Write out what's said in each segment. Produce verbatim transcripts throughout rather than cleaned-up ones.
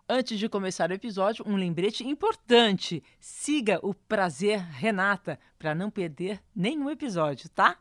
Antes de começar o episódio, um lembrete importante. Siga o Prazer Renata para não perder nenhum episódio, tá?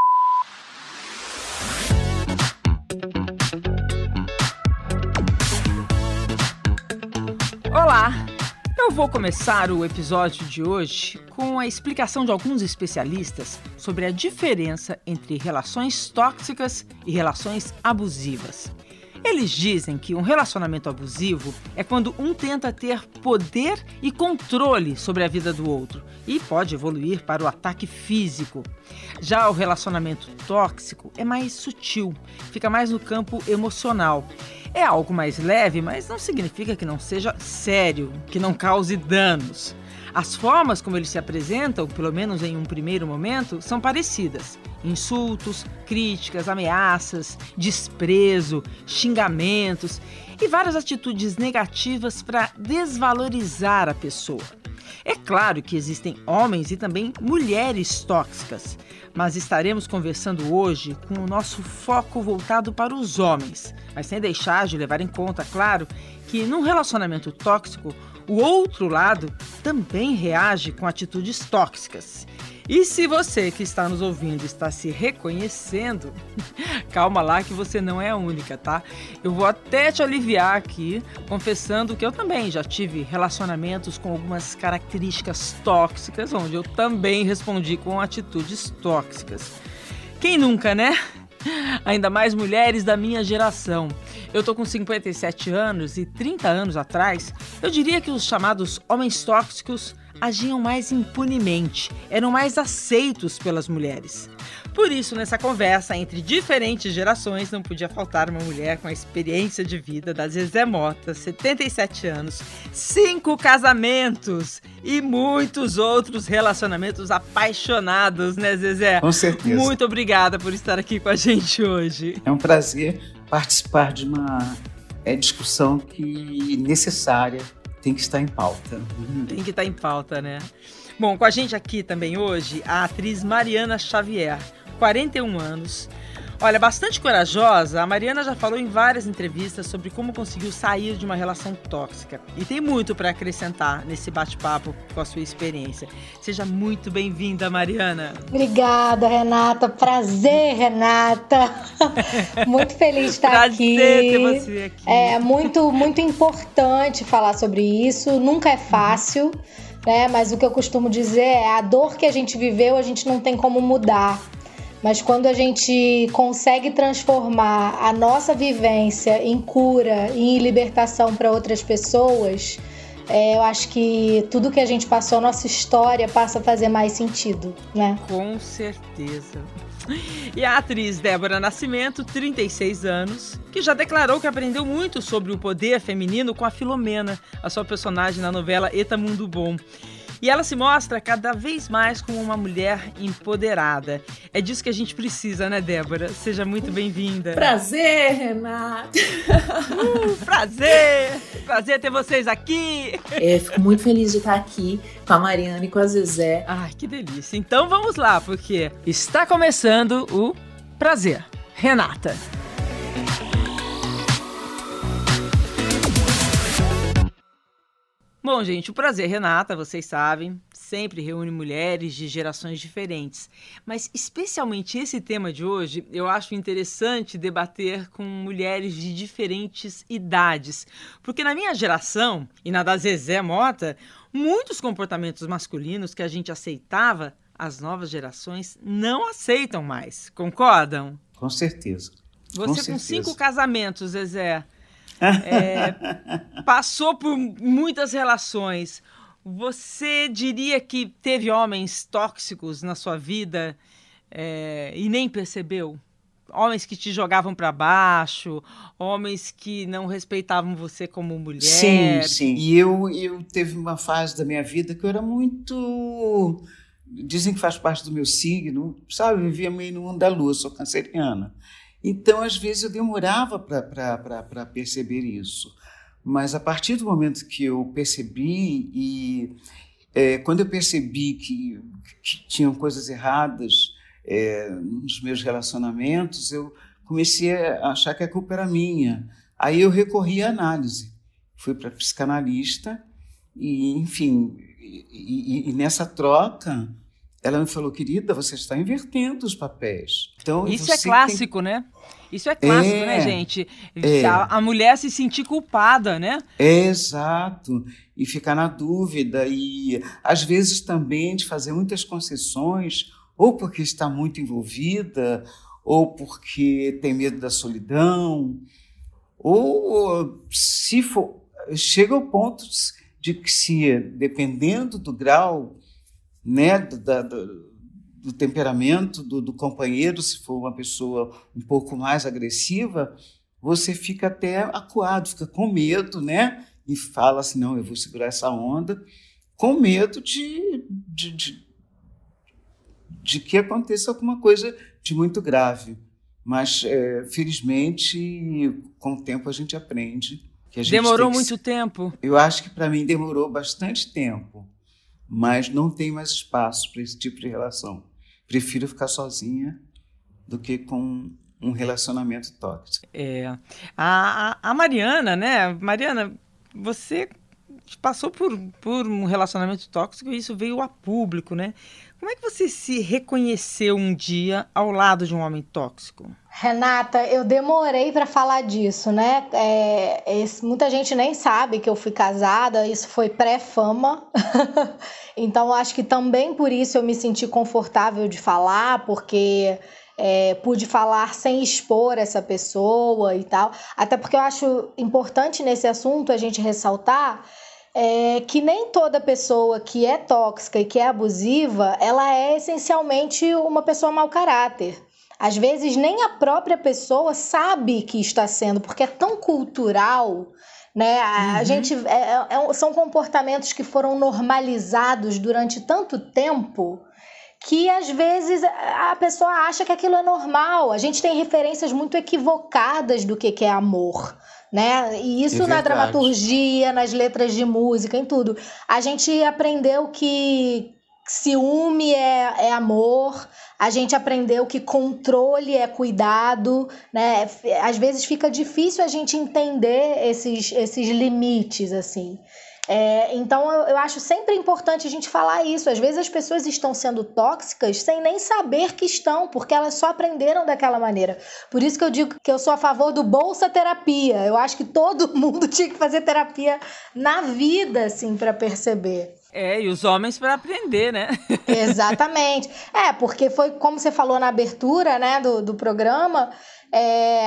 Olá! Eu vou começar o episódio de hoje com a explicação de alguns especialistas sobre a diferença entre relações tóxicas e relações abusivas. Eles dizem que um relacionamento abusivo é quando um tenta ter poder e controle sobre a vida do outro e pode evoluir para o ataque físico. Já o relacionamento tóxico é mais sutil, fica mais no campo emocional. É algo mais leve, mas não significa que não seja sério, que não cause danos. As formas como eles se apresentam, pelo menos em um primeiro momento, são parecidas. Insultos, críticas, ameaças, desprezo, xingamentos e várias atitudes negativas para desvalorizar a pessoa. É claro que existem homens e também mulheres tóxicas, mas estaremos conversando hoje com o nosso foco voltado para os homens, mas sem deixar de levar em conta, claro, que num relacionamento tóxico, o outro lado também reage com atitudes tóxicas. E se você que está nos ouvindo está se reconhecendo, calma lá que você não é a única, tá? Eu vou até te aliviar aqui, confessando que eu também já tive relacionamentos com algumas características tóxicas, onde eu também respondi com atitudes tóxicas. Quem nunca, né? Ainda mais mulheres da minha geração. Eu tô com cinquenta e sete anos e trinta anos atrás, eu diria que os chamados homens tóxicos agiam mais impunemente, eram mais aceitos pelas mulheres. Por isso, nessa conversa entre diferentes gerações, não podia faltar uma mulher com a experiência de vida da Zezé Mota, setenta e sete anos, cinco casamentos e muitos outros relacionamentos apaixonados, né, Zezé? Com certeza. Muito obrigada por estar aqui com a gente hoje. É um prazer participar de uma é, discussão que necessária, tem que estar em pauta. Tem que estar em pauta, né? Bom, com a gente aqui também hoje, a atriz Mariana Xavier, quarenta e um anos. Olha, bastante corajosa, a Mariana já falou em várias entrevistas sobre como conseguiu sair de uma relação tóxica. E tem muito para acrescentar nesse bate-papo com a sua experiência. Seja muito bem-vinda, Mariana. Obrigada, Renata. Prazer, Renata. Muito feliz de estar Prazer aqui. Prazer ter você aqui. É muito, muito importante falar sobre isso. Nunca é fácil, né? Mas o que eu costumo dizer é a dor que a gente viveu, a gente não tem como mudar. Mas quando a gente consegue transformar a nossa vivência em cura e em libertação para outras pessoas, é, eu acho que tudo que a gente passou, a nossa história passa a fazer mais sentido, né? Com certeza. E a atriz Débora Nascimento, trinta e seis anos, que já declarou que aprendeu muito sobre o poder feminino com a Filomena, a sua personagem na novela Eta Mundo Bom. E ela se mostra cada vez mais como uma mulher empoderada. É disso que a gente precisa, né, Débora? Seja muito bem-vinda. Prazer, Renata. Uh, prazer! Prazer ter vocês aqui. É, fico muito feliz de estar aqui com a Mariana e com a Zezé. Ai, que delícia. Então vamos lá, porque está começando o Prazer Renata. Bom, gente, o Prazer Renata, vocês sabem, sempre reúne mulheres de gerações diferentes. Mas, especialmente esse tema de hoje, eu acho interessante debater com mulheres de diferentes idades. Porque na minha geração, e na da Zezé Mota, muitos comportamentos masculinos que a gente aceitava, as novas gerações não aceitam mais. Concordam? Com certeza. Você com, com certeza. cinco casamentos, Zezé. É, passou por muitas relações. Você diria que teve homens tóxicos na sua vida é, e nem percebeu? Homens que te jogavam para baixo, homens que não respeitavam você como mulher? Sim, sim. E eu, eu teve uma fase da minha vida que eu era muito... Dizem que faz parte do meu signo, sabe? Eu vivia meio no mundo da lua, sou canceriana. Então, às vezes, eu demorava para perceber isso. Mas, a partir do momento que eu percebi, e é, quando eu percebi que, que tinham coisas erradas é, nos meus relacionamentos, eu comecei a achar que a culpa era minha. Aí eu recorri à análise. fui para psicanalista e, enfim, e, e, e nessa troca ela me falou, querida, você está invertendo os papéis. Então, isso você é clássico, tem... né? Isso é clássico, é, né, gente? É. A, a mulher se sentir culpada, né? É, exato. E ficar na dúvida. E, às vezes, também de fazer muitas concessões, ou porque está muito envolvida, ou porque tem medo da solidão, ou se for... Chega ao ponto de que, se, dependendo do grau, né, do, do, do temperamento do, do companheiro, se for uma pessoa um pouco mais agressiva, você fica até acuado, fica com medo, né? E fala assim, não, eu vou segurar essa onda, com medo de, de, de, de que aconteça alguma coisa de muito grave. Mas, é, felizmente, com o tempo a gente aprende. Que a gente demorou tem que... muito tempo? Eu acho que para mim demorou bastante tempo, mas não tem mais espaço para esse tipo de relação. Prefiro ficar sozinha do que com um relacionamento tóxico. É. A, a, a Mariana, né? Mariana, você passou por, por um relacionamento tóxico e isso veio a público, né? Como é que você se reconheceu um dia ao lado de um homem tóxico? Renata, eu demorei para falar disso, né? É, esse, muita gente nem sabe que eu fui casada, isso foi pré-fama. Então, acho que também por isso eu me senti confortável de falar, porque é, pude falar sem expor essa pessoa e tal. Até porque eu acho importante nesse assunto a gente ressaltar É que nem toda pessoa que é tóxica e que é abusiva, ela é essencialmente uma pessoa mau caráter. Às vezes nem a própria pessoa sabe que está sendo, porque é tão cultural, né? A Uhum. gente, é, é, são comportamentos que foram normalizados durante tanto tempo que às vezes a pessoa acha que aquilo é normal. A gente tem referências muito equivocadas do que é amor, né? E isso É na verdade. dramaturgia, nas letras de música, em tudo. A gente aprendeu que ciúme é, é amor, a gente aprendeu que controle é cuidado, né? Às vezes fica difícil a gente entender esses, esses limites, assim. É, então eu, eu acho sempre importante a gente falar isso. Às vezes as pessoas estão sendo tóxicas sem nem saber que estão, porque elas só aprenderam daquela maneira. Por isso que eu digo que eu sou a favor do Bolsa Terapia. Eu acho que todo mundo tinha que fazer terapia na vida, assim, para perceber. É, e os homens para aprender, né? Exatamente. É, porque foi como você falou na abertura, né, do, do programa, é...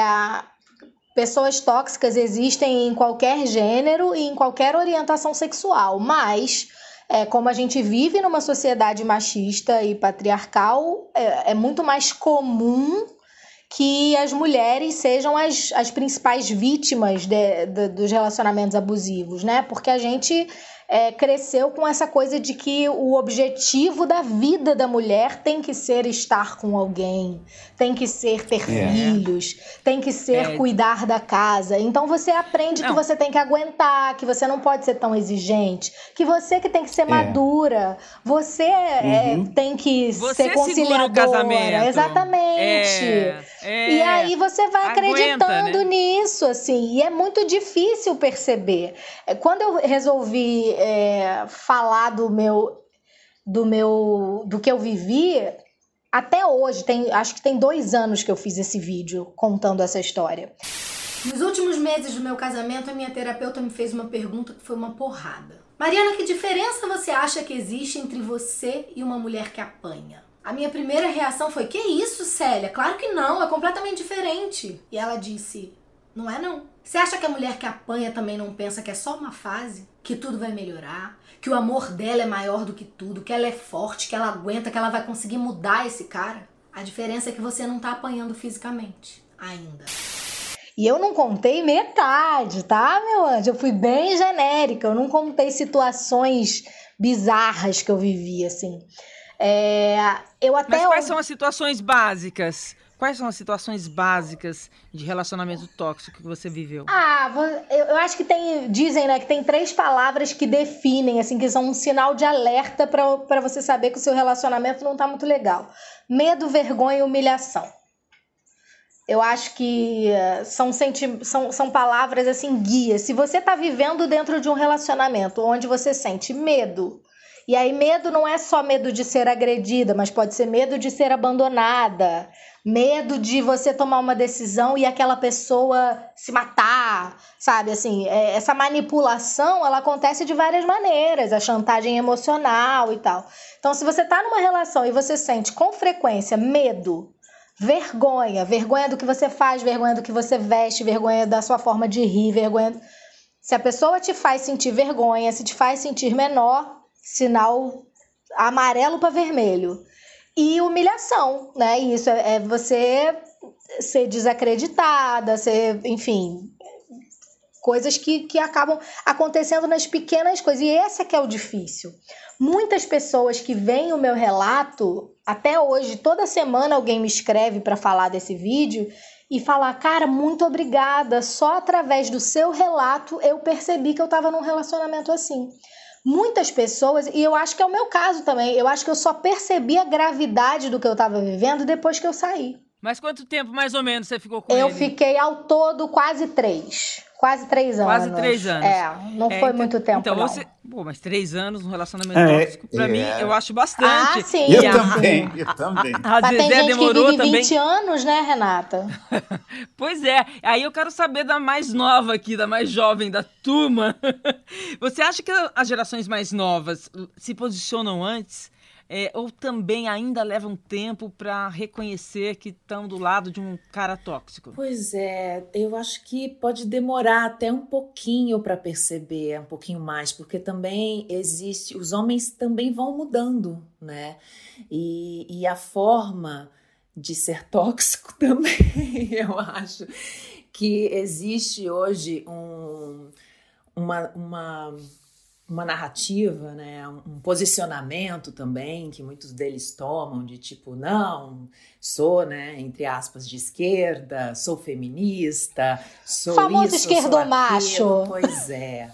pessoas tóxicas existem em qualquer gênero e em qualquer orientação sexual, mas é, como a gente vive numa sociedade machista e patriarcal, é, é muito mais comum que as mulheres sejam as, as principais vítimas de, de, dos relacionamentos abusivos, né? Porque a gente é, cresceu com essa coisa de que o objetivo da vida da mulher tem que ser estar com alguém, tem que ser ter É. filhos, tem que ser É. cuidar da casa. Então você aprende Não. que você tem que aguentar, que você não pode ser tão exigente, que você que tem que ser madura, você é, Uhum. tem que Você ser segura conciliadora. o casamento. Exatamente. É, é. E aí você vai Aguenta, acreditando né? nisso, assim, e é muito difícil perceber. É, Quando eu resolvi é, falar do meu, do meu, do que eu vivi, até hoje, tem, acho que tem dois anos que eu fiz esse vídeo contando essa história. Nos últimos meses do meu casamento, a minha terapeuta me fez uma pergunta que foi uma porrada. Mariana, que diferença você acha que existe entre você e uma mulher que apanha? A minha primeira reação foi, que isso, Célia? Claro que não, é completamente diferente. E ela disse, não é não. Você acha que a mulher que apanha também não pensa que é só uma fase? Que tudo vai melhorar? Que o amor dela é maior do que tudo? Que ela é forte, que ela aguenta, que ela vai conseguir mudar esse cara? A diferença é que você não tá apanhando fisicamente ainda. E eu não contei metade, tá, meu anjo? Eu fui bem genérica, eu não contei situações bizarras que eu vivi, assim. É, eu até Mas quais são as situações básicas? Quais são as situações básicas de relacionamento tóxico que você viveu? Ah, eu, eu acho que tem, dizem, né, que tem três palavras que definem, assim, que são um sinal de alerta pra, pra você saber que o seu relacionamento não tá muito legal. Medo, vergonha e humilhação. Eu acho que são, senti- são, são palavras assim, guias. Se você está vivendo dentro de um relacionamento onde você sente medo, e aí medo não é só medo de ser agredida, mas pode ser medo de ser abandonada, medo de você tomar uma decisão e aquela pessoa se matar, sabe? Assim, é, essa manipulação, ela acontece de várias maneiras, a chantagem emocional e tal. Então, se você está numa relação e você sente com frequência medo, vergonha, vergonha do que você faz, vergonha do que você veste, vergonha da sua forma de rir, vergonha... Se a pessoa te faz sentir vergonha, se te faz sentir menor, sinal amarelo para vermelho. E humilhação, né? Isso é, é você ser desacreditada, ser, enfim, coisas que, que acabam acontecendo nas pequenas coisas. E esse é que é o difícil. Muitas pessoas que veem o meu relato, até hoje, toda semana alguém me escreve para falar desse vídeo e falar, cara, muito obrigada, só através do seu relato eu percebi que eu estava num relacionamento assim. Muitas pessoas, e eu acho que é o meu caso também, eu acho que eu só percebi a gravidade do que eu estava vivendo depois que eu saí. Mas quanto tempo, mais ou menos, você ficou com eu ele? Eu fiquei ao todo quase três. Quase três anos. Quase três anos. É, não é, foi então, muito tempo, então não. Você... Pô, mas três anos num relacionamento é, tóxico, pra é. mim, eu acho bastante. Ah, sim. Eu é, também, sim. eu também. A, a mas tem Zezé gente demorou que vive também. vinte anos, né, Renata? Pois é. Aí eu quero saber da mais nova aqui, da mais jovem da turma. Você acha que as gerações mais novas se posicionam antes? É, ou também ainda levam tempo para reconhecer que estão do lado de um cara tóxico? Pois é, eu acho que pode demorar até um pouquinho para perceber, um pouquinho mais, porque também existe, os homens também vão mudando, né? E, e a forma de ser tóxico também, eu acho que existe hoje um, uma... uma uma narrativa, né, um posicionamento também que muitos deles tomam de tipo, não, sou, né, entre aspas, de esquerda, sou feminista, sou famoso isso, esquerdomacho. sou aquilo, pois é,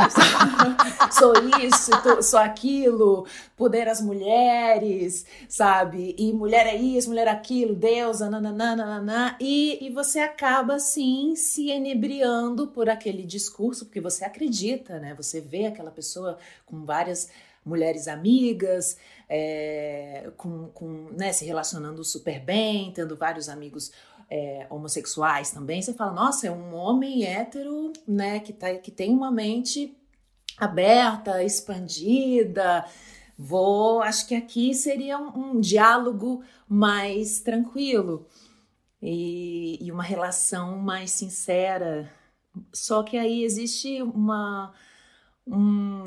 sou isso, sou aquilo, poder às mulheres, sabe, e mulher é isso, mulher é aquilo, deusa, nananana, e, e você acaba, assim, se enebriando por aquele discurso, porque você acredita, né, você vê aquela pessoa pessoa com várias mulheres amigas, é, com, com, né, se relacionando super bem, tendo vários amigos é, homossexuais também. Você fala, nossa, é um homem hétero, né, que, tá, que tem uma mente aberta, expandida. Vou, acho que aqui seria um, um diálogo mais tranquilo e, e uma relação mais sincera. Só que aí existe uma... Hum.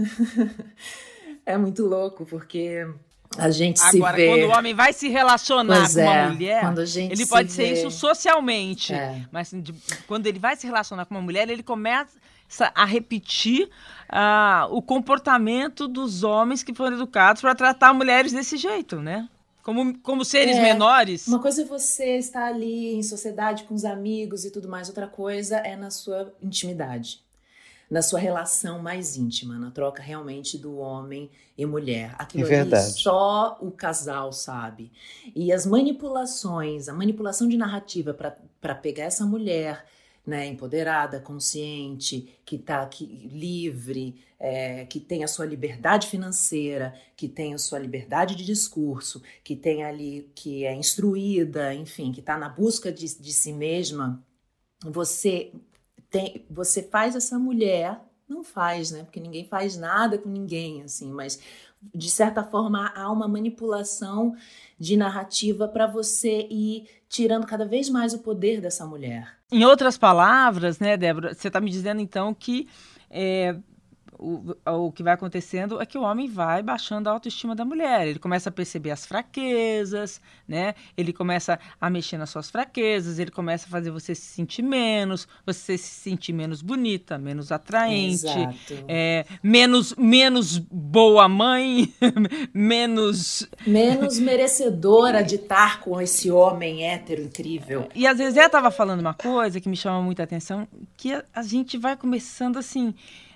É muito louco, porque a gente Agora, se vê... Agora, quando o homem vai se relacionar pois com é, uma mulher, quando a gente ele pode se ser vê... isso socialmente, é. mas de, quando ele vai se relacionar com uma mulher, ele começa a repetir uh, o comportamento dos homens que foram educados para tratar mulheres desse jeito, né? Como, como seres é, menores. Uma coisa é você estar ali em sociedade com os amigos e tudo mais, outra coisa é na sua intimidade, na sua relação mais íntima, na troca realmente do homem e mulher. Aquilo é verdade. ali só o casal sabe. E as manipulações, a manipulação de narrativa para pegar essa mulher, né, empoderada, consciente, que está aqui livre, é, que tem a sua liberdade financeira, que tem a sua liberdade de discurso, que tem ali, que é instruída, enfim, que está na busca de, de si mesma, você... Tem, você faz essa mulher, não faz, né? Porque ninguém faz nada com ninguém, assim, mas de certa forma há uma manipulação de narrativa para você ir tirando cada vez mais o poder dessa mulher. Em outras palavras, né, Débora, você está me dizendo então que é, o, o que vai acontecendo é que o homem vai baixando a autoestima da mulher, ele começa a perceber as fraquezas, né? Ele começa a mexer nas suas fraquezas, ele começa a fazer você se sentir menos, você se sentir menos bonita, menos atraente, é, menos, menos boa mãe, menos... Menos merecedora de estar com esse homem hétero incrível. E às vezes ela estava falando uma coisa que me chama muita atenção, que a, a gente vai começando assim...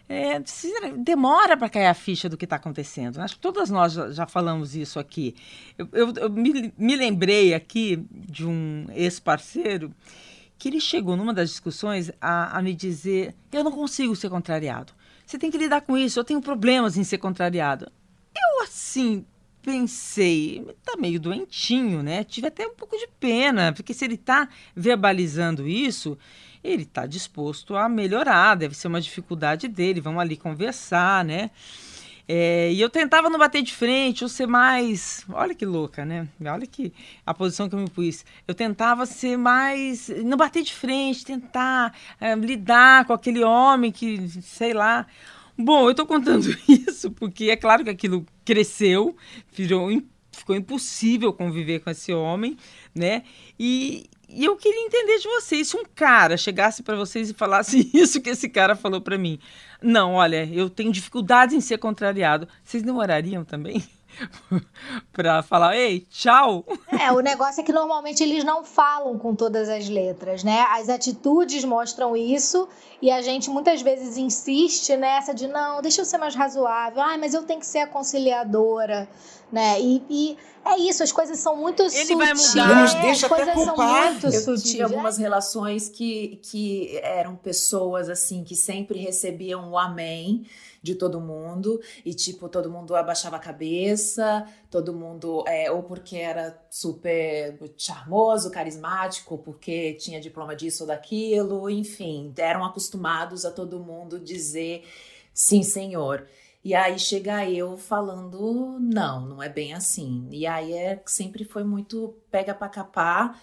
É, demora para cair a ficha do que está acontecendo. Acho que todas nós já, já falamos isso aqui. Eu, eu, eu me, me lembrei aqui de um ex-parceiro que ele chegou numa das discussões a, a me dizer: eu não consigo ser contrariado. Você tem que lidar com isso, eu tenho problemas em ser contrariado. Eu, assim, pensei, tá meio doentinho, né? Tive até um pouco de pena, porque se ele tá verbalizando isso, ele tá disposto a melhorar, deve ser uma dificuldade dele, vamos ali conversar, né? É, e eu tentava não bater de frente, ou ser mais... Olha que louca, né? Olha que a posição que eu me pus. Eu tentava ser mais... Não bater de frente, tentar é, lidar com aquele homem que, sei lá... Bom, eu estou contando isso porque é claro que aquilo cresceu, virou, ficou impossível conviver com esse homem, né? E... E eu queria entender de vocês, se um cara chegasse para vocês e falasse isso que esse cara falou para mim. Não, olha, eu tenho dificuldades em ser contrariado. Vocês demorariam também para falar, ei, tchau? É, o negócio é que normalmente eles não falam com todas as letras, né? As atitudes mostram isso e a gente muitas vezes insiste nessa de, não, deixa eu ser mais razoável. Ah, mas eu tenho que ser a conciliadora, né? E... e é isso, as coisas são muito Ele sutis. vai mudar. Ele nos deixa as até coisas são culpado. muito Eu sutis. tive algumas relações que, que eram pessoas assim que sempre recebiam o amém de todo mundo e tipo, todo mundo abaixava a cabeça, todo mundo, é, ou porque era super charmoso, carismático, porque tinha diploma disso ou daquilo, enfim, eram acostumados a todo mundo dizer sim, senhor. E aí chega eu falando, não, não é bem assim. E aí é, sempre foi muito pega pra capar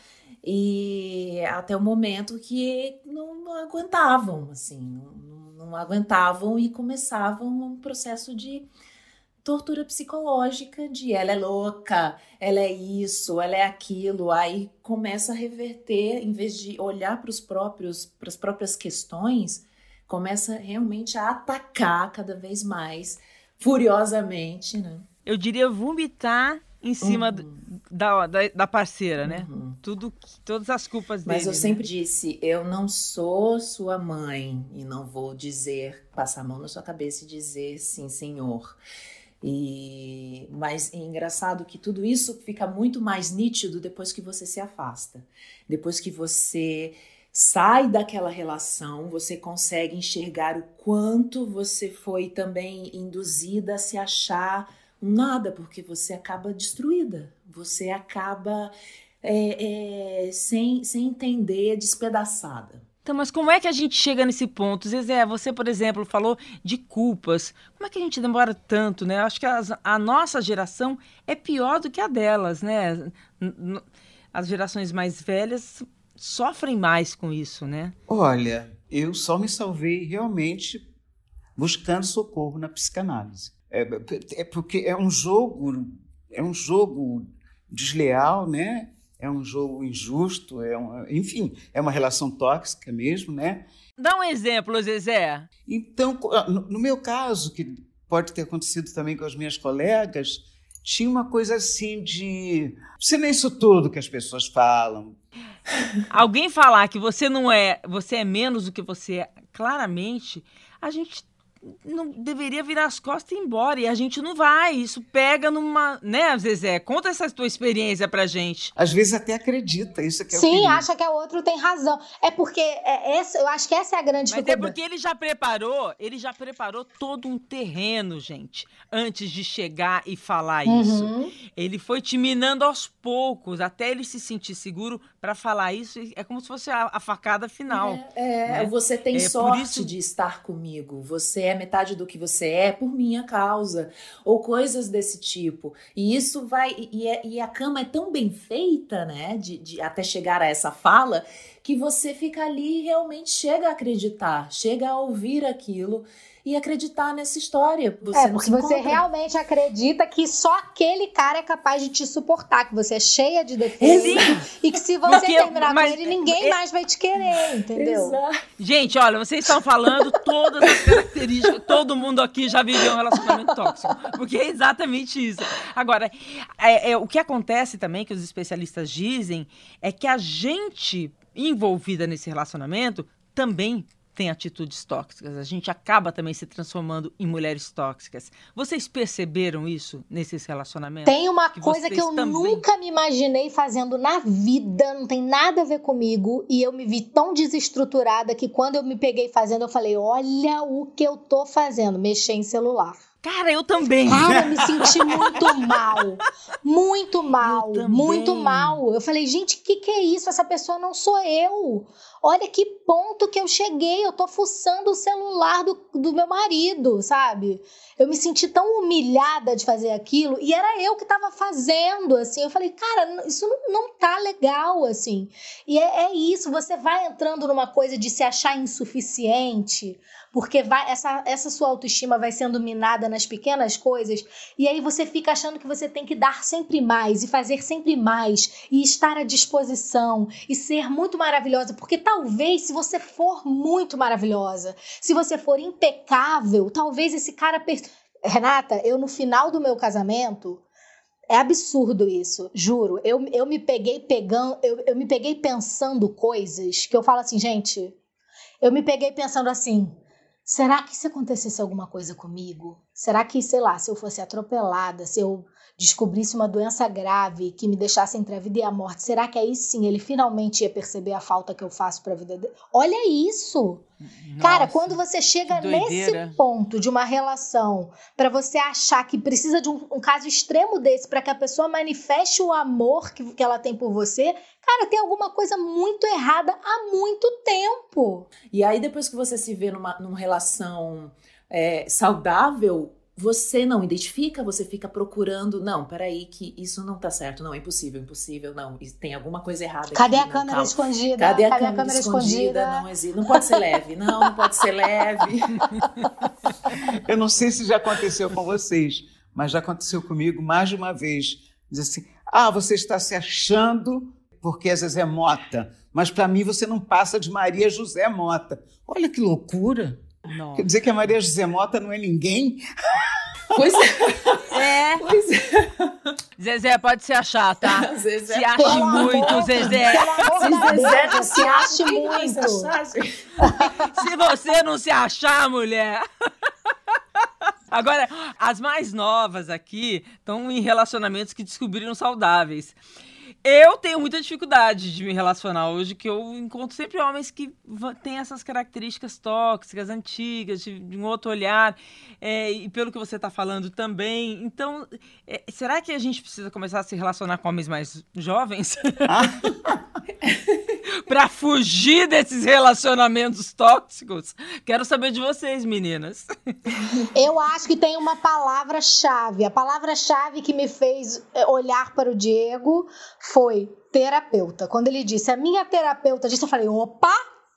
e até o momento que não, não aguentavam, assim, não, não aguentavam e começavam um processo de tortura psicológica de ela é louca, ela é isso, ela é aquilo. Aí começa a reverter, em vez de olhar para os próprios, para as próprias questões, começa realmente a atacar cada vez mais, furiosamente, né? Eu diria vomitar em cima uhum. da, da, da parceira, né? Uhum. Tudo, todas as culpas dele. Mas eu né? sempre disse, eu não sou sua mãe e não vou dizer, passar a mão na sua cabeça e dizer sim, senhor. E, mas é engraçado que tudo isso fica muito mais nítido depois que você se afasta. Depois que você... sai daquela relação, você consegue enxergar o quanto você foi também induzida a se achar um nada, porque você acaba destruída, você acaba é, é, sem, sem entender, despedaçada. Então, mas como é que a gente chega nesse ponto? Zezé, você, por exemplo, falou de culpas. Como é que a gente demora tanto, né? Eu acho que as, a nossa geração é pior do que a delas, né? As gerações mais velhas... sofrem mais com isso, né? Olha, eu só me salvei realmente buscando socorro na psicanálise. É, é porque é um jogo, é um jogo desleal, né? É um jogo injusto, é um, enfim, é uma relação tóxica mesmo, né? Dá um exemplo, Zezé. Então, no meu caso, que pode ter acontecido também com as minhas colegas, tinha uma coisa assim de... Você nem é isso tudo que as pessoas falam. Alguém falar que você não é, você é menos do que você é, claramente, a gente não deveria virar as costas e ir embora. E a gente não vai. Isso pega numa... Né, Zezé? Conta essa tua experiência pra gente. Às vezes até acredita. Isso que é Sim, o perigo. Acha que o outro tem razão. É porque é essa, eu acho que essa é a grande Mas dificuldade. é porque ele já preparou, ele já preparou todo um terreno, gente, antes de chegar e falar isso. Uhum. Ele foi te minando aos poucos, até ele se sentir seguro para falar isso. É como se fosse a, a facada final. É, é né? você tem é, sorte isso... de estar comigo. Você é metade do que você é por minha causa. Ou coisas desse tipo. E isso vai... E, é, e a cama é tão bem feita, né? De, de, até chegar a essa fala, que você fica ali e realmente chega a acreditar. Chega a ouvir aquilo e acreditar nessa história. Você é, não porque se você encontra. realmente acredita que só aquele cara é capaz de te suportar, que você é cheia de defeitos e que se você Porque, terminar mas, com ele, ninguém é, mais vai te querer, entendeu? Exato. Gente, olha, vocês estão falando todas as características, todo mundo aqui já viveu um relacionamento tóxico, porque é exatamente isso. Agora, é, é, o que acontece também, que os especialistas dizem, é que a gente envolvida nesse relacionamento também têm atitudes tóxicas. A gente acaba também se transformando em mulheres tóxicas. Vocês perceberam isso nesses relacionamentos? Tem uma que coisa que eu também... nunca me imaginei fazendo na vida, não tem nada a ver comigo, e eu me vi tão desestruturada que quando eu me peguei fazendo, eu falei, olha o que eu tô fazendo, mexer em celular. Cara, eu também. Cara, eu me senti muito mal. Muito mal. Muito mal. Eu falei, gente, o que, que é isso? Essa pessoa não sou eu. Olha que ponto que eu cheguei. Eu tô fuçando o celular do, do meu marido, sabe? Eu me senti tão humilhada de fazer aquilo. E era eu que tava fazendo, assim. Eu falei, cara, isso não, não tá legal, assim. E é, é isso. Você vai entrando numa coisa de se achar insuficiente... Porque vai, essa, essa sua autoestima vai sendo minada nas pequenas coisas, e aí você fica achando que você tem que dar sempre mais, e fazer sempre mais, e estar à disposição, e ser muito maravilhosa, porque talvez se você for muito maravilhosa, se você for impecável, talvez esse cara... Per... Renata, eu no final do meu casamento, é absurdo isso, juro, eu, eu me peguei pegando, eu, eu me peguei pensando coisas que eu falo assim, gente, eu me peguei pensando assim... Será que se acontecesse alguma coisa comigo? Será que, sei lá, se eu fosse atropelada, se eu descobrisse uma doença grave que me deixasse entre a vida e a morte, será que aí sim ele finalmente ia perceber a falta que eu faço para a vida dele? Olha isso! Nossa, cara, quando você chega nesse ponto de uma relação, para você achar que precisa de um, um caso extremo desse para que a pessoa manifeste o amor que, que ela tem por você, cara, tem alguma coisa muito errada há muito tempo. E aí depois que você se vê numa, numa relação é, saudável, você não identifica, você fica procurando, não, peraí, que isso não tá certo, não, é impossível, impossível, não, tem alguma coisa errada Cadê aqui. a câmera não, escondida? Cadê a Cadê câmera, a câmera escondida? escondida? Não existe, não pode ser leve, não, não pode ser leve. Eu não sei se já aconteceu com vocês, mas já aconteceu comigo mais de uma vez. Diz assim, ah, você está se achando porque é Zezé Mota, mas para mim você não passa de Maria José Mota. Olha que loucura. Não. Quer dizer que a Maria José Mota não é ninguém? Pois é. É. Pois é. Zezé, pode se achar, tá? Zezé. Se ache muito, Zezé. Se Zezé não se ache muito. Se você não se achar, mulher. Agora, as mais novas aqui estão em relacionamentos que descobriram saudáveis. Eu tenho muita dificuldade de me relacionar hoje, que eu encontro sempre homens que têm essas características tóxicas, antigas, de, de um outro olhar, é, e pelo que você está falando também. Então, é, será que a gente precisa começar a se relacionar com homens mais jovens? Para fugir desses relacionamentos tóxicos? Quero saber de vocês, meninas. Eu acho que tem uma palavra-chave. A palavra-chave que me fez olhar para o Diego foi terapeuta. Quando ele disse, a minha terapeuta disse, eu falei, opa,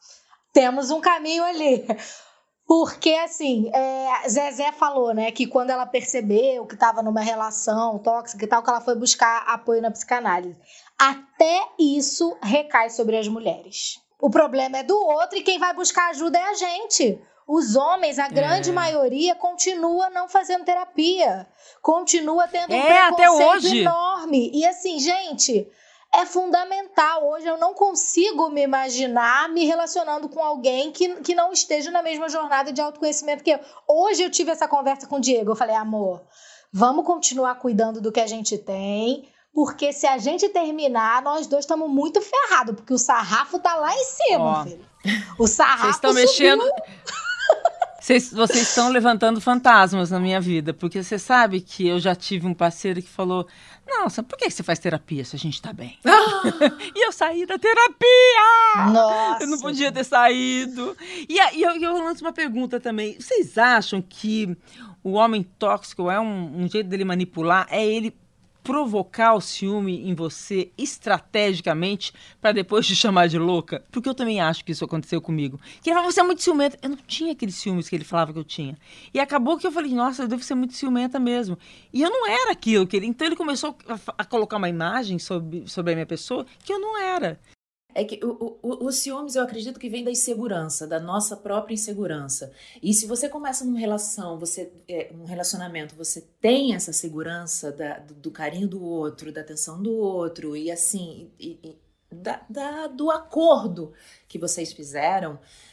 temos um caminho ali. Porque, assim, é, Zezé falou, né, que quando ela percebeu que estava numa relação tóxica e tal, que ela foi buscar apoio na psicanálise. Até isso recai sobre as mulheres. O problema é do outro e quem vai buscar ajuda é a gente. Os homens, a grande é. maioria, continua não fazendo terapia. Continua tendo um é, preconceito até hoje. enorme. E assim, gente, é fundamental. Hoje eu não consigo me imaginar me relacionando com alguém que, que não esteja na mesma jornada de autoconhecimento que eu. Hoje eu tive essa conversa com o Diego. Eu falei, amor, vamos continuar cuidando do que a gente tem, porque se a gente terminar, nós dois estamos muito ferrados, porque o sarrafo tá lá em cima, oh. filho. O sarrafo Vocês estão mexendo... Vocês, vocês estão levantando fantasmas na minha vida, porque você sabe que eu já tive um parceiro que falou, nossa, por que você faz terapia se a gente tá bem? E eu saí da terapia! Nossa! Eu não podia ter saído. E, e eu, eu lanço uma pergunta também. Vocês acham que o homem tóxico é um, um jeito dele manipular? É ele provocar o ciúme em você estrategicamente para depois te chamar de louca? Porque eu também acho que isso aconteceu comigo. Que ele falava, você é muito ciumenta. Eu não tinha aqueles ciúmes que ele falava que eu tinha. E acabou que eu falei, nossa, eu devo ser muito ciumenta mesmo. E eu não era aquilo que ele... Então ele começou a, a colocar uma imagem sobre, sobre a minha pessoa que eu não era. É que o, o, os ciúmes, eu acredito que vem da insegurança, da nossa própria insegurança. E se você começa numa relação, você, é, um relacionamento, você tem essa segurança da, do, do carinho do outro, da atenção do outro, e assim, e, e, da, da, do acordo que vocês fizeram,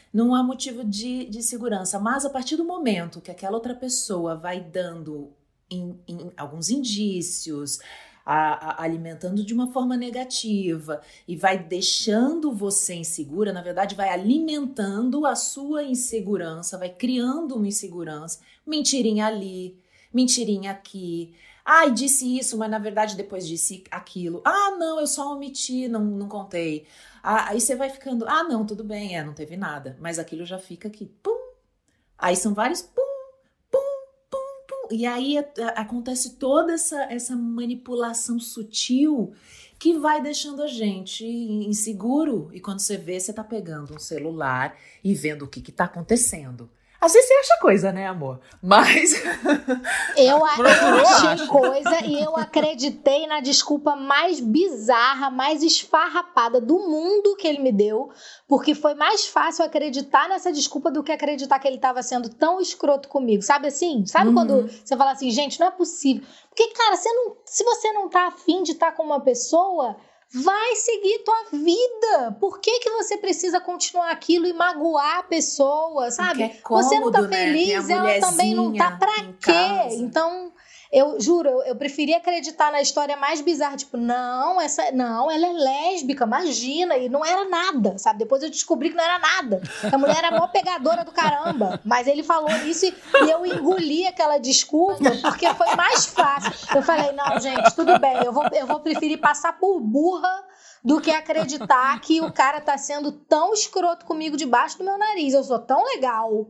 não há motivo de, de segurança. Mas a partir do momento que aquela outra pessoa vai dando em, em alguns indícios, a, a, alimentando de uma forma negativa e vai deixando você insegura, na verdade vai alimentando a sua insegurança, vai criando uma insegurança, mentirinha ali, mentirinha aqui. Ai, disse isso, mas na verdade depois disse aquilo. Ah, não, eu só omiti, não, não contei. Ah, aí você vai ficando, ah, não, tudo bem, é, não teve nada. Mas aquilo já fica aqui, pum. Aí são vários pum, pum, pum, pum. E aí a, a, acontece toda essa, essa manipulação sutil que vai deixando a gente inseguro. E quando você vê, você tá pegando um celular e vendo o que que tá acontecendo. Às vezes você acha coisa, né, amor? Mas... Eu achei coisa e eu acreditei na desculpa mais bizarra, mais esfarrapada do mundo que ele me deu, porque foi mais fácil acreditar nessa desculpa do que acreditar que ele estava sendo tão escroto comigo. Sabe assim? Sabe uhum. quando você fala assim, gente, não é possível. Porque, cara, você não, se você não tá afim de estar com uma pessoa... vai seguir tua vida. Por que que você precisa continuar aquilo e magoar a pessoa, sabe? É cômodo, você não tá né? feliz, ela também não tá. Pra quê? Casa. Então, eu juro, eu, eu preferia acreditar na história mais bizarra, tipo, não, essa, não, ela é lésbica, imagina, e não era nada, sabe? Depois eu descobri que não era nada. A mulher era a maior pegadora do caramba. Mas ele falou isso e, e eu engoli aquela desculpa porque foi mais fácil. Eu falei, não, gente, tudo bem, eu vou, eu vou preferir passar por burra do que acreditar que o cara tá sendo tão escroto comigo debaixo do meu nariz. Eu sou tão legal.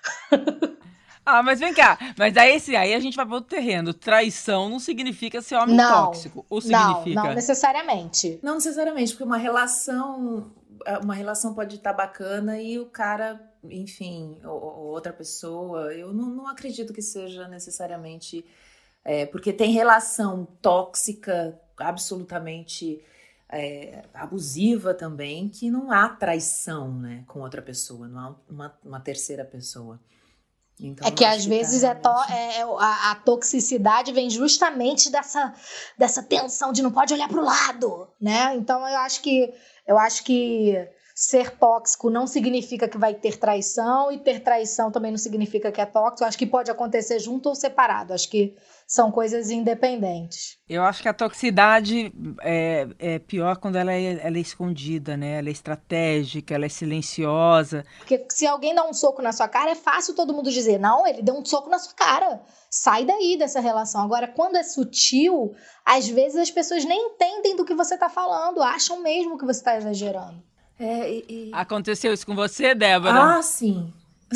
Ah, mas vem cá. Mas aí, esse, aí a gente vai para outro terreno. Traição não significa ser homem não, tóxico. Ou significa? Não, não necessariamente. Não necessariamente, porque uma relação, uma relação pode estar bacana e o cara, enfim, ou, ou outra pessoa, eu não, não acredito que seja necessariamente... É, porque tem relação tóxica, absolutamente é, abusiva também, que não há traição, né, com outra pessoa, não há uma, uma terceira pessoa. Então, é que às vezes é to, é, a, a toxicidade vem justamente dessa, dessa tensão de não pode olhar para o lado, né? Então eu acho que eu acho que ser tóxico não significa que vai ter traição e ter traição também não significa que é tóxico. Eu acho que pode acontecer junto ou separado. Acho que são coisas independentes. Eu acho que a toxicidade é, é pior quando ela é, ela é escondida, né? Ela é estratégica, ela é silenciosa. Porque se alguém dá um soco na sua cara, é fácil todo mundo dizer, não, ele deu um soco na sua cara. Sai daí dessa relação. Agora, quando é sutil, às vezes as pessoas nem entendem do que você está falando, acham mesmo que você está exagerando. É, e, e... Aconteceu isso com você, Débora? Ah, sim.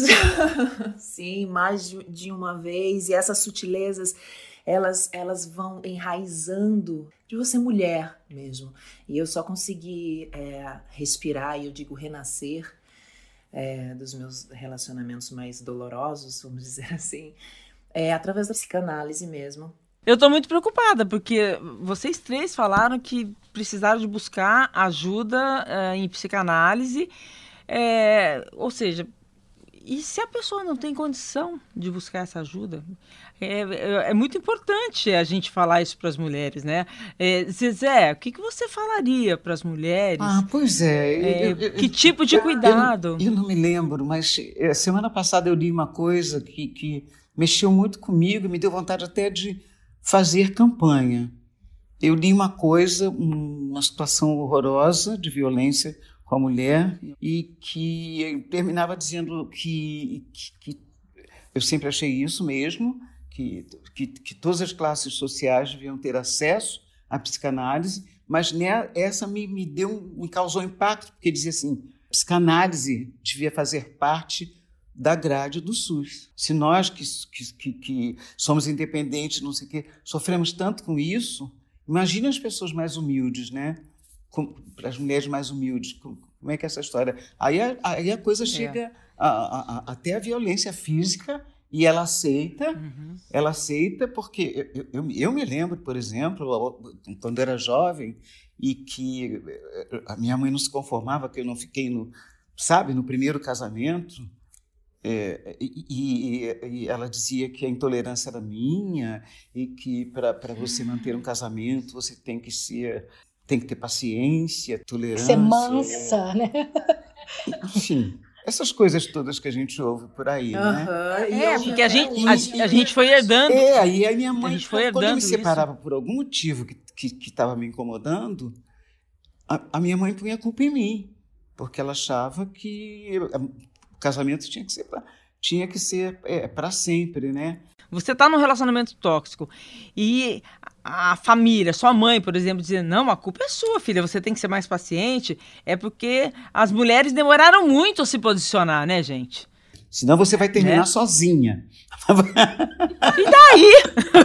Sim, mais de, de uma vez. E essas sutilezas, elas, elas vão enraizando de você mulher mesmo. E eu só consegui é, respirar, e eu digo renascer, é, dos meus relacionamentos mais dolorosos, vamos dizer assim, é, através da psicanálise mesmo. Eu tô muito preocupada, porque vocês três falaram que precisaram de buscar ajuda uh, em psicanálise, é, ou seja, e se a pessoa não tem condição de buscar essa ajuda? É, é, é muito importante a gente falar isso para as mulheres, né? É, Zezé, o que, que você falaria para as mulheres? Ah, pois é. é eu, eu, que tipo de cuidado? Eu, eu não me lembro, mas semana passada eu li uma coisa que, que mexeu muito comigo, me deu vontade até de fazer campanha. Eu li uma coisa, uma situação horrorosa de violência com a mulher e que terminava dizendo que, que, que eu sempre achei isso mesmo, que, que, que todas as classes sociais deviam ter acesso à psicanálise, mas né, essa me, me, deu, me causou impacto, porque dizia assim, psicanálise devia fazer parte da grade do SUS. Se nós que, que, que somos independentes, não sei o quê, sofremos tanto com isso, imagina as pessoas mais humildes, né? Para as mulheres mais humildes, como é que é essa história? Aí a, aí a coisa chega é. a, a, a, até a violência física e ela aceita, uhum. ela aceita porque eu, eu, eu me lembro, por exemplo, quando eu era jovem e que a minha mãe não se conformava que eu não fiquei no, sabe, no primeiro casamento. É, e, e, e ela dizia que a intolerância era minha e que para você manter um casamento você tem que ser, tem que ter paciência, tolerância. Ser mansa, né? Enfim, essas coisas todas que a gente ouve por aí, uhum, né? É, porque a gente, a, a gente foi herdando. É, aí a minha mãe, a gente foi quando eu me herdando separava isso. por algum motivo que que que estava me incomodando, a, a minha mãe punha a culpa em mim, porque ela achava que eu, o casamento tinha que ser pra, tinha que ser é, para sempre, né? Você está num relacionamento tóxico e a família, sua mãe, por exemplo, dizer, não, a culpa é sua, filha, você tem que ser mais paciente, é porque as mulheres demoraram muito a se posicionar, né, gente? Senão você vai terminar né? sozinha. E daí?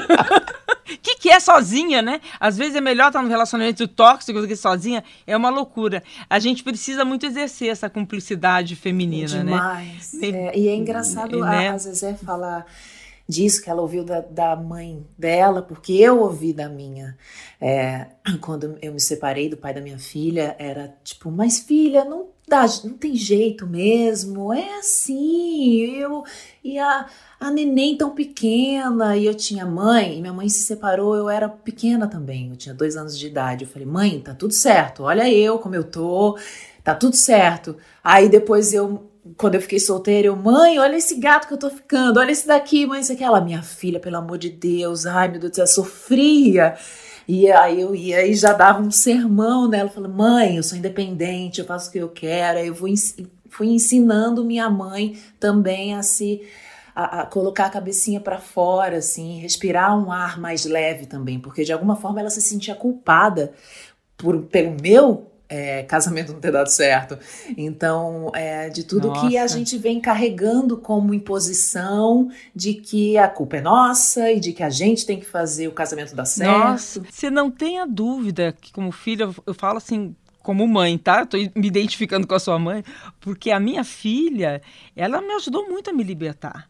O que, que é sozinha, né? Às vezes é melhor estar num relacionamento tóxico do que sozinha. É uma loucura. A gente precisa muito exercer essa cumplicidade feminina, Demais. né? É, e é engraçado né? a, a Zezé falar disso que ela ouviu da, da mãe dela, porque eu ouvi da minha. É, quando eu me separei do pai da minha filha, era tipo, mas filha, não dá, não tem jeito mesmo, é assim, eu e a, a neném tão pequena, e eu tinha mãe, e minha mãe se separou, eu era pequena também, eu tinha dois anos de idade, eu falei, mãe, tá tudo certo, olha eu como eu tô, tá tudo certo. Aí depois eu quando eu fiquei solteira, eu, mãe, olha esse gato que eu tô ficando, olha esse daqui, mãe, isso aqui. Ela, minha filha, pelo amor de Deus, ai, meu Deus do céu, sofria. E aí eu ia e já dava um sermão nela, falando, mãe, eu sou independente, eu faço o que eu quero. Aí eu fui, fui ensinando minha mãe também a se a, a colocar a cabecinha para fora, assim, respirar um ar mais leve também, porque de alguma forma ela se sentia culpada por, pelo meu É, casamento não ter dado certo. Então, é, de tudo nossa. Que a gente vem carregando como imposição de que a culpa é nossa e de que a gente tem que fazer o casamento dar certo. Nossa, você não tenha dúvida que como filha, eu falo assim, como mãe, tá? Eu tô me identificando com a sua mãe, porque a minha filha, ela me ajudou muito a me libertar.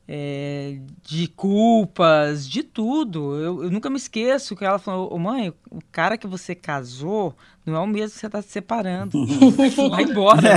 É, de culpas, de tudo. Eu, eu nunca me esqueço que ela falou, oh, mãe, o cara que você casou não é o mesmo que você está se separando. Vai embora.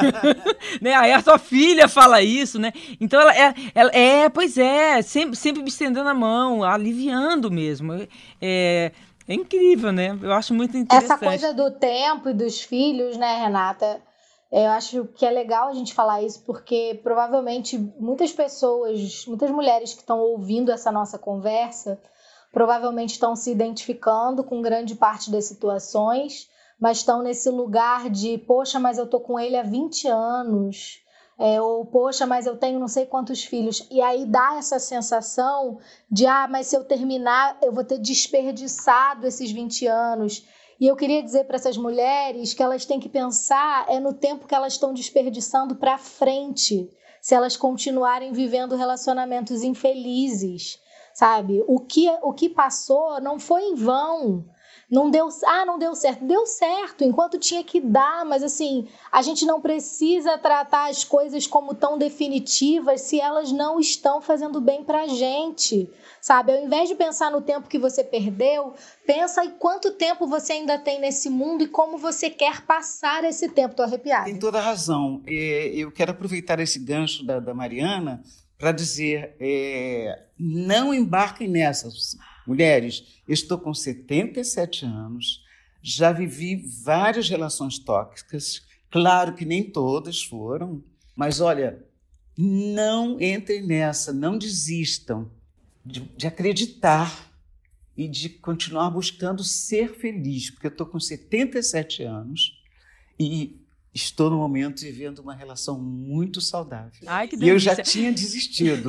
Né? Aí a sua filha fala isso, né? Então ela é, ela, é pois é, sempre, sempre me estendendo a mão, aliviando mesmo. É, é incrível, né? Eu acho muito interessante. Essa coisa do tempo e dos filhos, né, Renata? Eu acho que é legal a gente falar isso porque provavelmente muitas pessoas, muitas mulheres que estão ouvindo essa nossa conversa, provavelmente estão se identificando com grande parte das situações, mas estão nesse lugar de, poxa, mas eu tô com ele há vinte anos, é, ou poxa, mas eu tenho não sei quantos filhos. E aí dá essa sensação de, ah, mas se eu terminar, eu vou ter desperdiçado esses vinte anos. E eu queria dizer para essas mulheres que elas têm que pensar é no tempo que elas estão desperdiçando para frente, se elas continuarem vivendo relacionamentos infelizes, sabe? O que, o que passou não foi em vão. Não deu, ah, não deu certo. Deu certo enquanto tinha que dar, mas assim, a gente não precisa tratar as coisas como tão definitivas se elas não estão fazendo bem pra gente, sabe? Ao invés de pensar no tempo que você perdeu, pensa em quanto tempo você ainda tem nesse mundo e como você quer passar esse tempo. Tô arrepiada. Tem toda a razão. Eu quero aproveitar esse gancho da, da Mariana para dizer, é, não embarquem nessas. Mulheres, eu estou com setenta e sete anos, já vivi várias relações tóxicas, claro que nem todas foram, mas olha, não entrem nessa, não desistam de, de acreditar e de continuar buscando ser feliz, porque eu estou com setenta e sete anos e estou no momento vivendo uma relação muito saudável. Ai, que e eu já delícia. tinha desistido.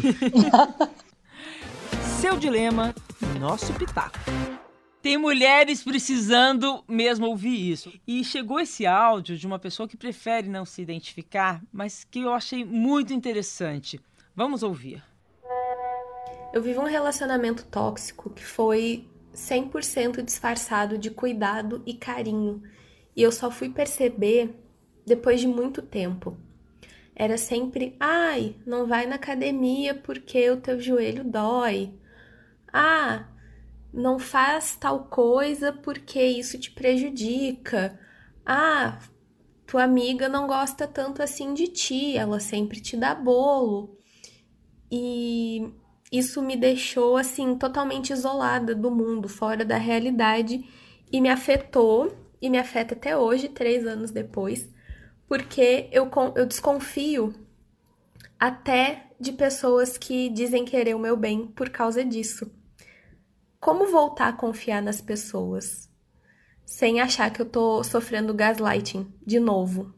Seu dilema, nosso pitaco. Tem mulheres precisando mesmo ouvir isso. E chegou esse áudio de uma pessoa que prefere não se identificar, mas que eu achei muito interessante. Vamos ouvir. Eu vivo um relacionamento tóxico que foi cem por cento disfarçado de cuidado e carinho. E eu só fui perceber depois de muito tempo. Era sempre, ai, não vai na academia porque o teu joelho dói. Ah, não faz tal coisa porque isso te prejudica. Ah, tua amiga não gosta tanto assim de ti, ela sempre te dá bolo. E isso me deixou, assim, totalmente isolada do mundo, fora da realidade, e me afetou, e me afeta até hoje, três anos depois, porque eu, eu desconfio até de pessoas que dizem querer o meu bem por causa disso. Como voltar a confiar nas pessoas sem achar que eu tô sofrendo gaslighting de novo?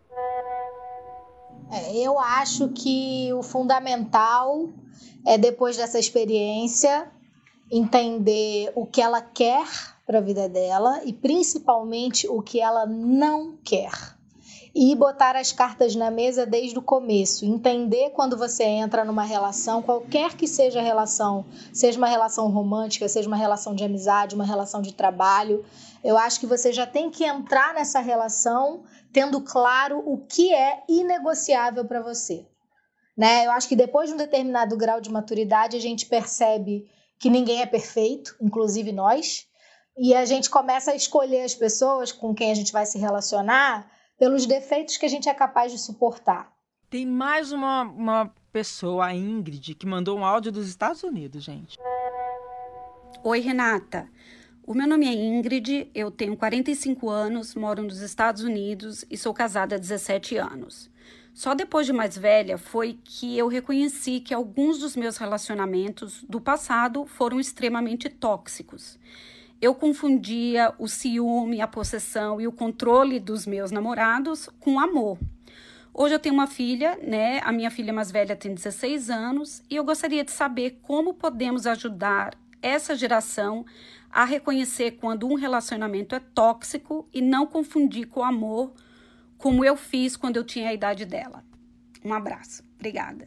É, eu acho que o fundamental é, depois dessa experiência, entender o que ela quer para a vida dela e principalmente o que ela não quer. E botar as cartas na mesa desde o começo. Entender quando você entra numa relação, qualquer que seja a relação, seja uma relação romântica, seja uma relação de amizade, uma relação de trabalho, eu acho que você já tem que entrar nessa relação tendo claro o que é inegociável para você. Né? Eu acho que depois de um determinado grau de maturidade, a gente percebe que ninguém é perfeito, inclusive nós, e a gente começa a escolher as pessoas com quem a gente vai se relacionar pelos defeitos que a gente é capaz de suportar. Tem mais uma, uma pessoa, a Ingrid, que mandou um áudio dos Estados Unidos, gente. Oi, Renata. O meu nome é Ingrid, eu tenho quarenta e cinco anos, moro nos Estados Unidos e sou casada há dezessete anos. Só depois de mais velha foi que eu reconheci que alguns dos meus relacionamentos do passado foram extremamente tóxicos. Eu confundia o ciúme, a possessão e o controle dos meus namorados com amor. Hoje eu tenho uma filha, né? A minha filha mais velha tem dezesseis anos e eu gostaria de saber como podemos ajudar essa geração a reconhecer quando um relacionamento é tóxico e não confundir com amor, como eu fiz quando eu tinha a idade dela. Um abraço. Obrigada.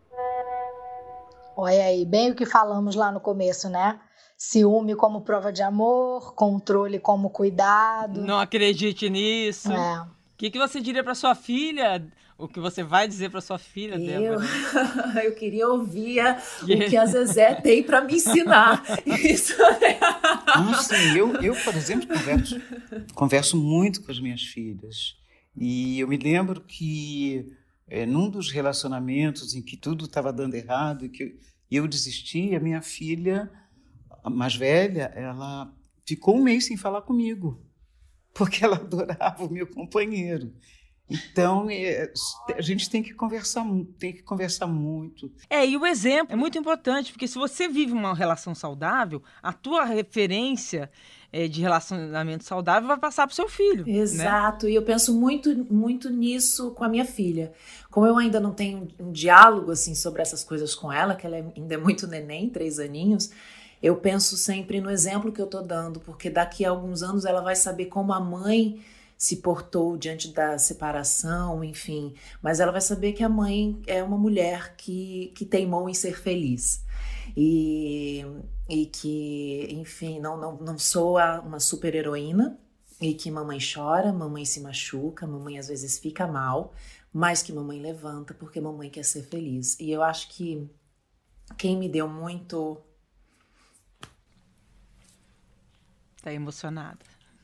Olha aí, bem o que falamos lá no começo, né? Ciúme como prova de amor, controle como cuidado. Não acredite nisso. É. O que, que você diria para sua filha? O que você vai dizer para sua filha, eu, Débora? Eu queria ouvir o que a Zezé tem para me ensinar. Isso. Ah, sim, eu, eu, por exemplo, converso, converso muito com as minhas filhas. E eu me lembro que é, num dos relacionamentos em que tudo estava dando errado e que eu desisti, a minha filha, a mais velha, ela ficou um mês sem falar comigo, porque ela adorava o meu companheiro. Então, é, a gente tem que conversar, tem que conversar muito. É, e o exemplo é muito importante, porque se você vive uma relação saudável, a tua referência é, de relacionamento saudável vai passar para o seu filho. Exato, né? E eu penso muito, muito nisso com a minha filha. Como eu ainda não tenho um diálogo assim, sobre essas coisas com ela, que ela ainda é muito neném, três aninhos, eu penso sempre no exemplo que eu estou dando, porque daqui a alguns anos ela vai saber como a mãe se portou diante da separação, enfim. Mas ela vai saber que a mãe é uma mulher que, que teimou em ser feliz. E, e que, enfim, não, não, não sou a, uma super heroína, e que mamãe chora, mamãe se machuca, mamãe às vezes fica mal, mas que mamãe levanta porque mamãe quer ser feliz. E eu acho que quem me deu muito... Tá emocionada.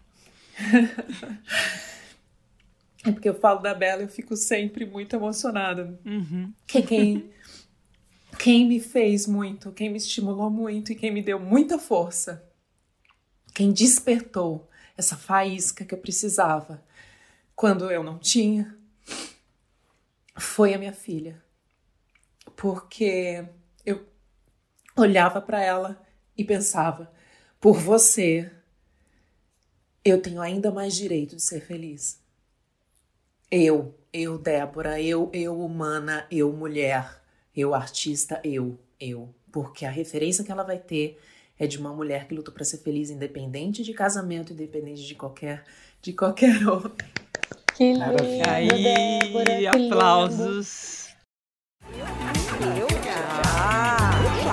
É porque eu falo da Bela e eu fico sempre muito emocionada. Uhum. Que quem, quem me fez muito, quem me estimulou muito e quem me deu muita força, quem despertou essa faísca que eu precisava quando eu não tinha, foi a minha filha. Porque eu olhava para ela e pensava, por você, eu tenho ainda mais direito de ser feliz. Eu, eu Débora, eu, eu humana, eu mulher, eu artista, eu, eu. Porque a referência que ela vai ter é de uma mulher que luta para ser feliz, independente de casamento, independente de qualquer, de qualquer outro. Que lindo, Aí, Débora, que aplausos. Lindo. Eu já.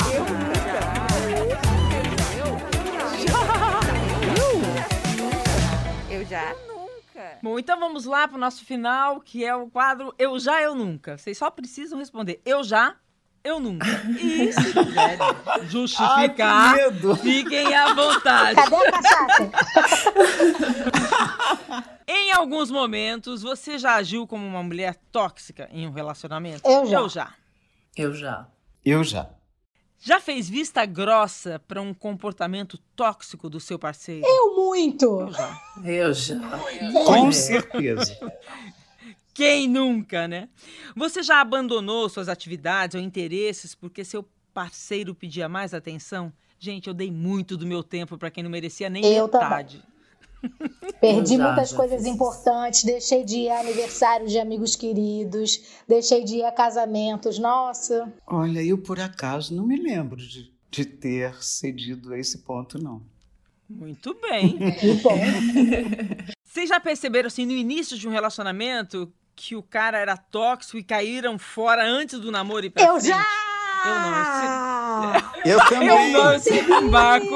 Eu já nunca. Bom, então vamos lá para o nosso final, que é o quadro Eu Já, Eu Nunca. Vocês só precisam responder Eu Já, Eu Nunca. E se quiserem justificar, Ai, que medo. Fiquem à vontade. Cadê a cachaça? Em alguns momentos, você já agiu como uma mulher tóxica em um relacionamento? Eu já. Eu já. Eu já. Eu já. Já fez vista grossa para um comportamento tóxico do seu parceiro? Eu muito. Eu já. Eu já. Com certeza. Quem nunca, né? Você já abandonou suas atividades ou interesses porque seu parceiro pedia mais atenção? Gente, eu dei muito do meu tempo para quem não merecia nem eu metade. Também. Perdi já, muitas já coisas fiz. importantes, deixei de ir a aniversários de amigos queridos, deixei de ir a casamentos, nossa. Olha, eu por acaso não me lembro de, de ter cedido a esse ponto, não. Muito bem. Que bom. Vocês já perceberam, assim, no início de um relacionamento, que o cara era tóxico e caíram fora antes do namoro e pra Eu frente? já! Eu não, esse... Eu também. Eu não, eu sempre embarco.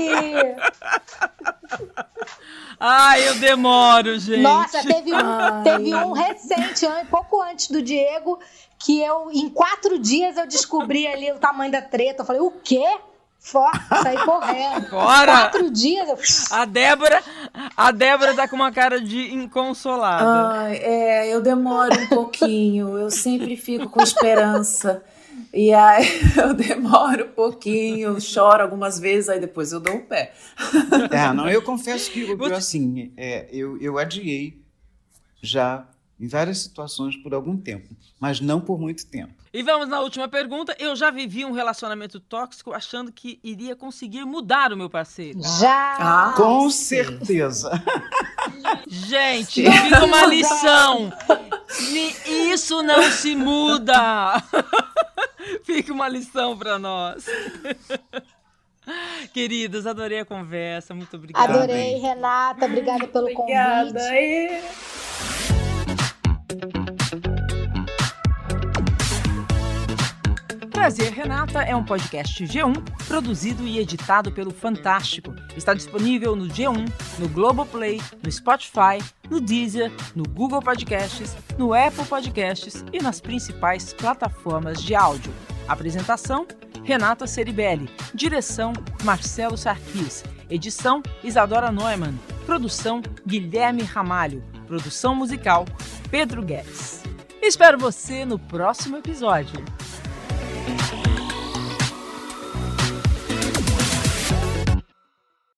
Ai, eu demoro, gente. Nossa, teve um, Ai. teve um recente, an- pouco antes do Diego, que eu, em quatro dias, eu descobri ali o tamanho da treta. Eu falei, o quê? Fora, saí correndo. Fora. Quatro dias, eu... A Débora, a Débora tá com uma cara de inconsolada. Ai, é, eu demoro um pouquinho, eu sempre fico com esperança. E aí eu demoro um pouquinho, choro algumas vezes, aí depois eu dou um pé. É, não, eu confesso que eu, assim, é, eu, eu adiei já em várias situações por algum tempo, mas não por muito tempo. E vamos na última pergunta. Eu já vivi um relacionamento tóxico achando que iria conseguir mudar o meu parceiro. Já! Ah, Com sim. certeza. Gente, fica uma lição. Ni- Isso não se muda. Fica uma lição para nós. Queridos, adorei a conversa. Muito obrigada. Adorei, Renata. Obrigada pelo Obrigada. convite. E... Prazer, Renata é um podcast G um, produzido e editado pelo Fantástico. Está disponível no G um, no Globoplay, no Spotify, no Deezer, no Google Podcasts, no Apple Podcasts e nas principais plataformas de áudio. Apresentação, Renata Ceribelli. Direção, Marcelo Sarquis. Edição, Isadora Neumann. Produção, Guilherme Ramalho. Produção musical, Pedro Guedes. Espero você no próximo episódio.